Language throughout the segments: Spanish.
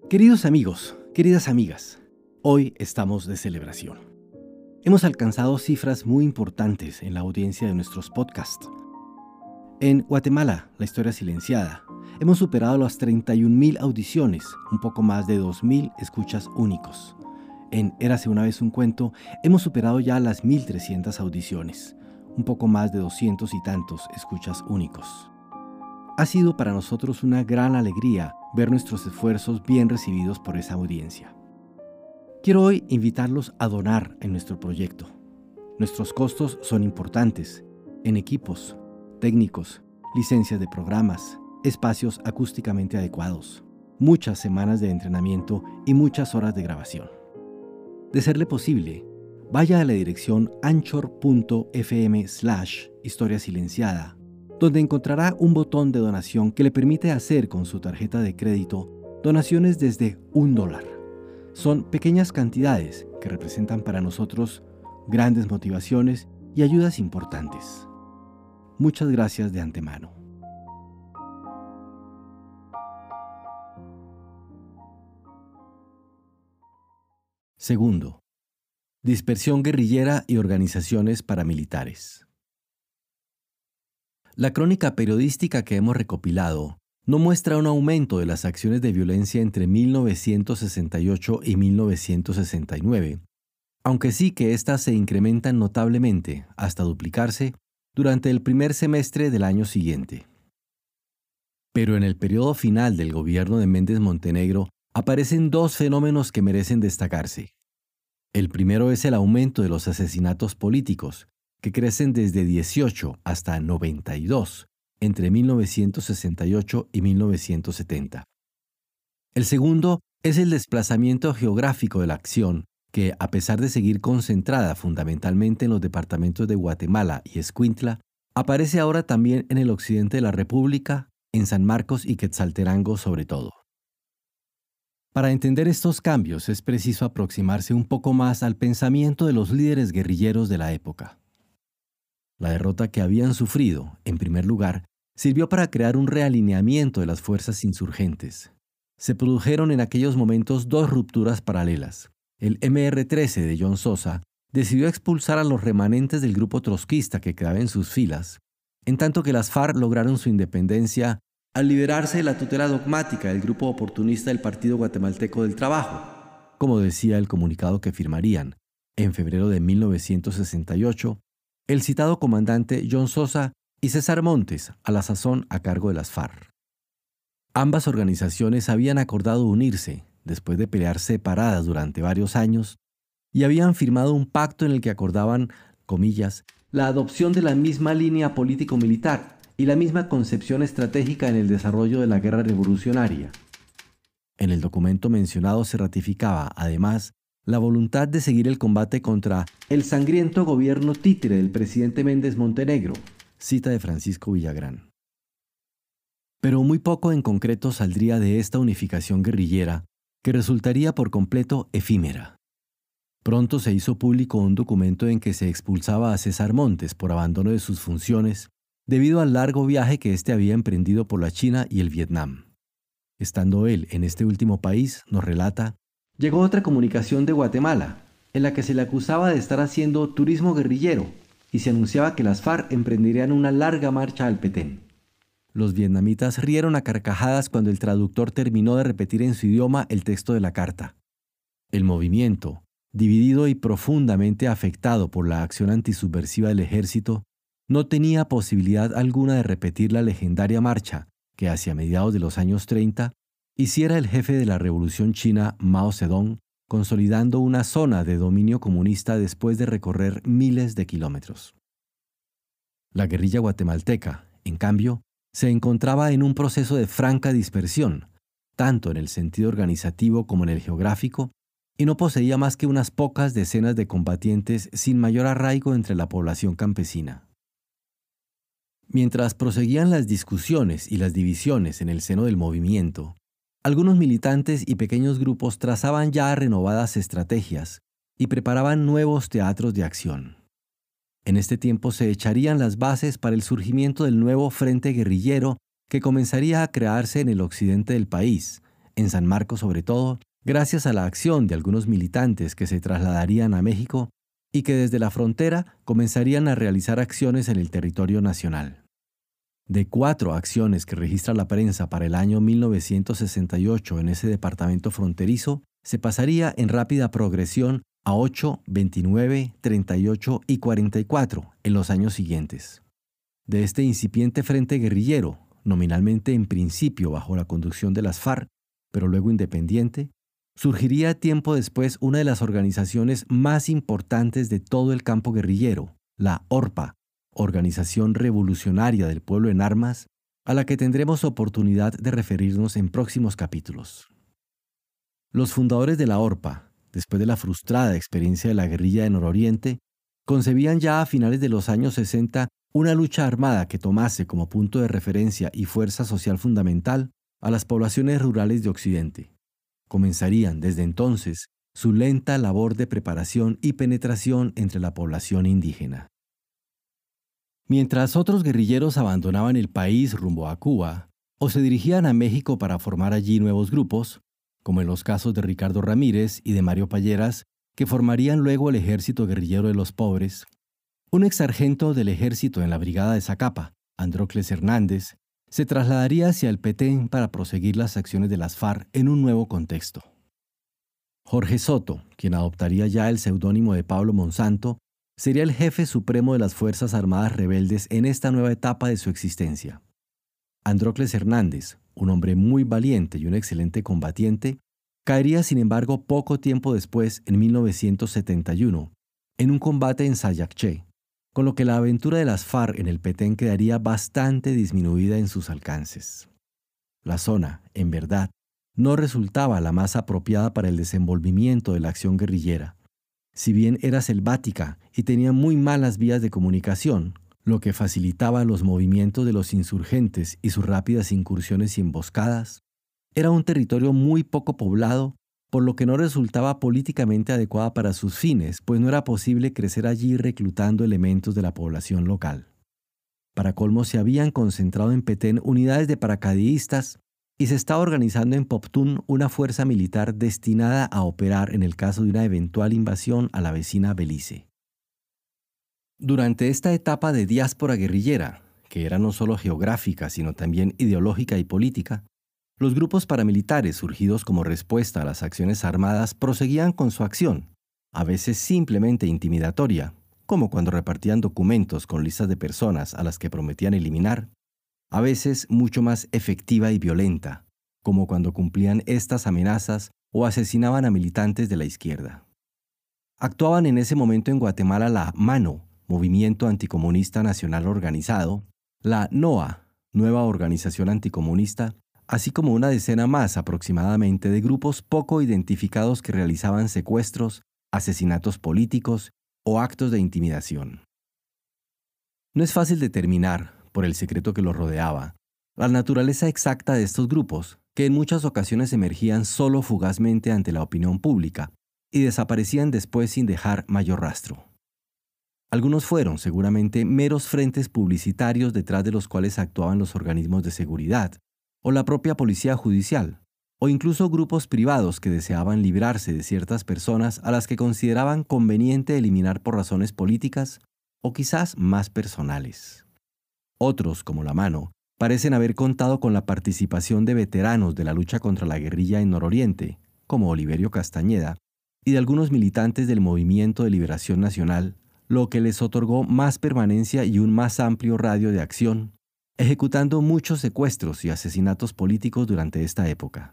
Queridos amigos, queridas amigas, hoy estamos de celebración. Hemos alcanzado cifras muy importantes en la audiencia de nuestros podcasts. En Guatemala, la historia silenciada, hemos superado las 31.000 audiciones, un poco más de 2.000 escuchas únicos. En Érase una vez un cuento, hemos superado ya las 1.300 audiciones, un poco más de 200 y tantos escuchas únicos. Ha sido para nosotros una gran alegría ver nuestros esfuerzos bien recibidos por esa audiencia. Quiero hoy invitarlos a donar en nuestro proyecto. Nuestros costos son importantes, en equipos, técnicos, licencias de programas, espacios acústicamente adecuados, muchas semanas de entrenamiento y muchas horas de grabación. De serle posible, vaya a la dirección anchor.fm/historia silenciada, donde encontrará un botón de donación que le permite hacer con su tarjeta de crédito donaciones desde $1. Son pequeñas cantidades que representan para nosotros grandes motivaciones y ayudas importantes. Muchas gracias de antemano. Segundo, dispersión guerrillera y organizaciones paramilitares. La crónica periodística que hemos recopilado no muestra un aumento de las acciones de violencia entre 1968 y 1969, aunque sí que éstas se incrementan notablemente hasta duplicarse durante el primer semestre del año siguiente. Pero en el periodo final del gobierno de Méndez Montenegro aparecen dos fenómenos que merecen destacarse. El primero es el aumento de los asesinatos políticos, que crecen desde 18 hasta 92 entre 1968 y 1970. El segundo es el desplazamiento geográfico de la acción, que, a pesar de seguir concentrada fundamentalmente en los departamentos de Guatemala y Escuintla, aparece ahora también en el occidente de la República, en San Marcos y Quetzaltenango sobre todo. Para entender estos cambios es preciso aproximarse un poco más al pensamiento de los líderes guerrilleros de la época. La derrota que habían sufrido, en primer lugar, sirvió para crear un realineamiento de las fuerzas insurgentes. Se produjeron en aquellos momentos dos rupturas paralelas. El MR-13 de John Sosa decidió expulsar a los remanentes del grupo trotskista que quedaba en sus filas, en tanto que las FARC lograron su independencia al liberarse de la tutela dogmática del grupo oportunista del Partido Guatemalteco del Trabajo, como decía el comunicado que firmarían, en febrero de 1968, el citado comandante John Sosa y César Montes, a la sazón a cargo de las FARC. Ambas organizaciones habían acordado unirse, después de pelear separadas durante varios años, y habían firmado un pacto en el que acordaban, comillas, la adopción de la misma línea político-militar y la misma concepción estratégica en el desarrollo de la guerra revolucionaria. En el documento mencionado se ratificaba, además, la voluntad de seguir el combate contra el sangriento gobierno títere del presidente Méndez Montenegro, cita de Francisco Villagrán. Pero muy poco en concreto saldría de esta unificación guerrillera, que resultaría por completo efímera. Pronto se hizo público un documento en que se expulsaba a César Montes por abandono de sus funciones, debido al largo viaje que éste había emprendido por la China y el Vietnam. Estando él en este último país, nos relata, llegó otra comunicación de Guatemala, en la que se le acusaba de estar haciendo turismo guerrillero y se anunciaba que las FARC emprenderían una larga marcha al Petén. Los vietnamitas rieron a carcajadas cuando el traductor terminó de repetir en su idioma el texto de la carta. El movimiento, dividido y profundamente afectado por la acción antisubversiva del ejército, no tenía posibilidad alguna de repetir la legendaria marcha que hacia mediados de los años 30 hiciera el jefe de la Revolución China, Mao Zedong, consolidando una zona de dominio comunista después de recorrer miles de kilómetros. La guerrilla guatemalteca, en cambio, se encontraba en un proceso de franca dispersión, tanto en el sentido organizativo como en el geográfico, y no poseía más que unas pocas decenas de combatientes sin mayor arraigo entre la población campesina. Mientras proseguían las discusiones y las divisiones en el seno del movimiento, algunos militantes y pequeños grupos trazaban ya renovadas estrategias y preparaban nuevos teatros de acción. En este tiempo se echarían las bases para el surgimiento del nuevo frente guerrillero que comenzaría a crearse en el occidente del país, en San Marcos sobre todo, gracias a la acción de algunos militantes que se trasladarían a México y que desde la frontera comenzarían a realizar acciones en el territorio nacional. De 4 acciones que registra la prensa para el año 1968 en ese departamento fronterizo, se pasaría en rápida progresión a 8, 29, 38 y 44 en los años siguientes. De este incipiente frente guerrillero, nominalmente en principio bajo la conducción de las FARC, pero luego independiente, surgiría tiempo después una de las organizaciones más importantes de todo el campo guerrillero, la ORPA, Organización Revolucionaria del Pueblo en Armas, a la que tendremos oportunidad de referirnos en próximos capítulos. Los fundadores de la ORPA, después de la frustrada experiencia de la guerrilla de Nororiente, concebían ya a finales de los años 60 una lucha armada que tomase como punto de referencia y fuerza social fundamental a las poblaciones rurales de Occidente. Comenzarían desde entonces su lenta labor de preparación y penetración entre la población indígena. Mientras otros guerrilleros abandonaban el país rumbo a Cuba o se dirigían a México para formar allí nuevos grupos, como en los casos de Ricardo Ramírez y de Mario Palleras, que formarían luego el Ejército Guerrillero de los Pobres, un exsargento del ejército en la brigada de Zacapa, Andrócles Hernández, se trasladaría hacia el Petén para proseguir las acciones de las FARC en un nuevo contexto. Jorge Soto, quien adoptaría ya el seudónimo de Pablo Monsanto, sería el jefe supremo de las Fuerzas Armadas rebeldes en esta nueva etapa de su existencia. Andrócles Hernández, un hombre muy valiente y un excelente combatiente, caería sin embargo poco tiempo después, en 1971, en un combate en Sayacché, con lo que la aventura de las FARC en el Petén quedaría bastante disminuida en sus alcances. La zona, en verdad, no resultaba la más apropiada para el desenvolvimiento de la acción guerrillera. Si bien era selvática y tenía muy malas vías de comunicación, lo que facilitaba los movimientos de los insurgentes y sus rápidas incursiones y emboscadas, era un territorio muy poco poblado, por lo que no resultaba políticamente adecuada para sus fines, pues no era posible crecer allí reclutando elementos de la población local. Para colmo, se habían concentrado en Petén unidades de paracaidistas y se estaba organizando en Poptún una fuerza militar destinada a operar en el caso de una eventual invasión a la vecina Belice. Durante esta etapa de diáspora guerrillera, que era no solo geográfica sino también ideológica y política, los grupos paramilitares surgidos como respuesta a las acciones armadas proseguían con su acción, a veces simplemente intimidatoria, como cuando repartían documentos con listas de personas a las que prometían eliminar, a veces mucho más efectiva y violenta, como cuando cumplían estas amenazas o asesinaban a militantes de la izquierda. Actuaban en ese momento en Guatemala la MANO, Movimiento Anticomunista Nacional Organizado, la NOA, Nueva Organización Anticomunista, así como una decena más aproximadamente de grupos poco identificados que realizaban secuestros, asesinatos políticos o actos de intimidación. No es fácil determinar, por el secreto que los rodeaba, la naturaleza exacta de estos grupos, que en muchas ocasiones emergían solo fugazmente ante la opinión pública y desaparecían después sin dejar mayor rastro. Algunos fueron, seguramente, meros frentes publicitarios detrás de los cuales actuaban los organismos de seguridad, o la propia policía judicial, o incluso grupos privados que deseaban librarse de ciertas personas a las que consideraban conveniente eliminar por razones políticas o quizás más personales. Otros, como la MANO, parecen haber contado con la participación de veteranos de la lucha contra la guerrilla en Nororiente, como Oliverio Castañeda, y de algunos militantes del Movimiento de Liberación Nacional, lo que les otorgó más permanencia y un más amplio radio de acción, ejecutando muchos secuestros y asesinatos políticos durante esta época.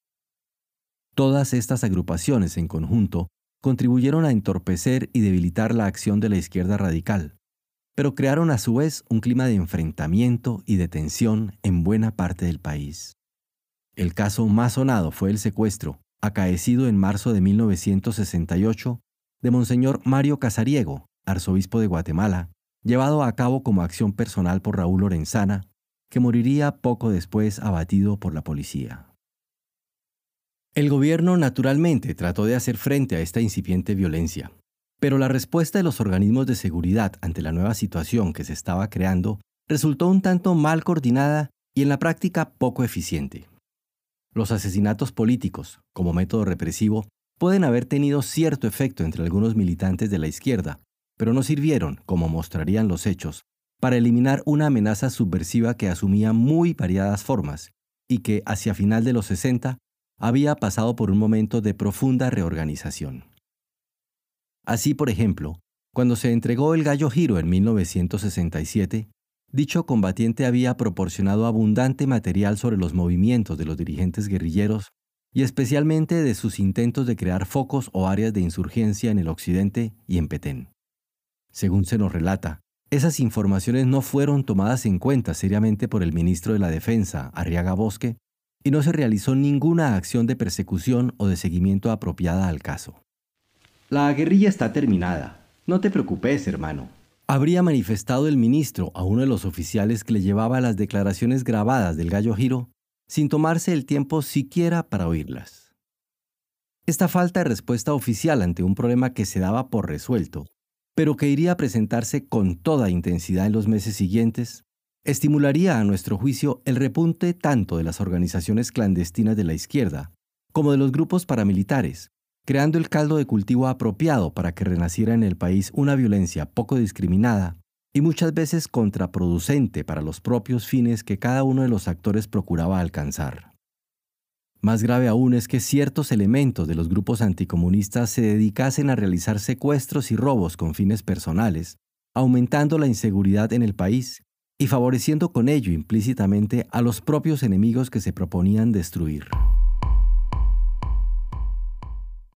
Todas estas agrupaciones en conjunto contribuyeron a entorpecer y debilitar la acción de la izquierda radical, pero crearon a su vez un clima de enfrentamiento y de tensión en buena parte del país. El caso más sonado fue el secuestro, acaecido en marzo de 1968, de Monseñor Mario Casariego, arzobispo de Guatemala, llevado a cabo como acción personal por Raúl Lorenzana, que moriría poco después abatido por la policía. El gobierno naturalmente trató de hacer frente a esta incipiente violencia, pero la respuesta de los organismos de seguridad ante la nueva situación que se estaba creando resultó un tanto mal coordinada y en la práctica poco eficiente. Los asesinatos políticos, como método represivo, pueden haber tenido cierto efecto entre algunos militantes de la izquierda, pero no sirvieron, como mostrarían los hechos, para eliminar una amenaza subversiva que asumía muy variadas formas y que, hacia final de los 60, había pasado por un momento de profunda reorganización. Así, por ejemplo, cuando se entregó el Gallo Giro en 1967, dicho combatiente había proporcionado abundante material sobre los movimientos de los dirigentes guerrilleros y especialmente de sus intentos de crear focos o áreas de insurgencia en el occidente y en Petén. Según se nos relata, esas informaciones no fueron tomadas en cuenta seriamente por el ministro de la Defensa, Arriaga Bosque, y no se realizó ninguna acción de persecución o de seguimiento apropiada al caso. La guerrilla está terminada. No te preocupes, hermano. Habría manifestado el ministro a uno de los oficiales que le llevaba las declaraciones grabadas del Gallo Giro, sin tomarse el tiempo siquiera para oírlas. Esta falta de respuesta oficial ante un problema que se daba por resuelto, pero que iría a presentarse con toda intensidad en los meses siguientes, estimularía a nuestro juicio el repunte tanto de las organizaciones clandestinas de la izquierda como de los grupos paramilitares, creando el caldo de cultivo apropiado para que renaciera en el país una violencia poco discriminada y muchas veces contraproducente para los propios fines que cada uno de los actores procuraba alcanzar. Más grave aún es que ciertos elementos de los grupos anticomunistas se dedicasen a realizar secuestros y robos con fines personales, aumentando la inseguridad en el país y favoreciendo con ello implícitamente a los propios enemigos que se proponían destruir.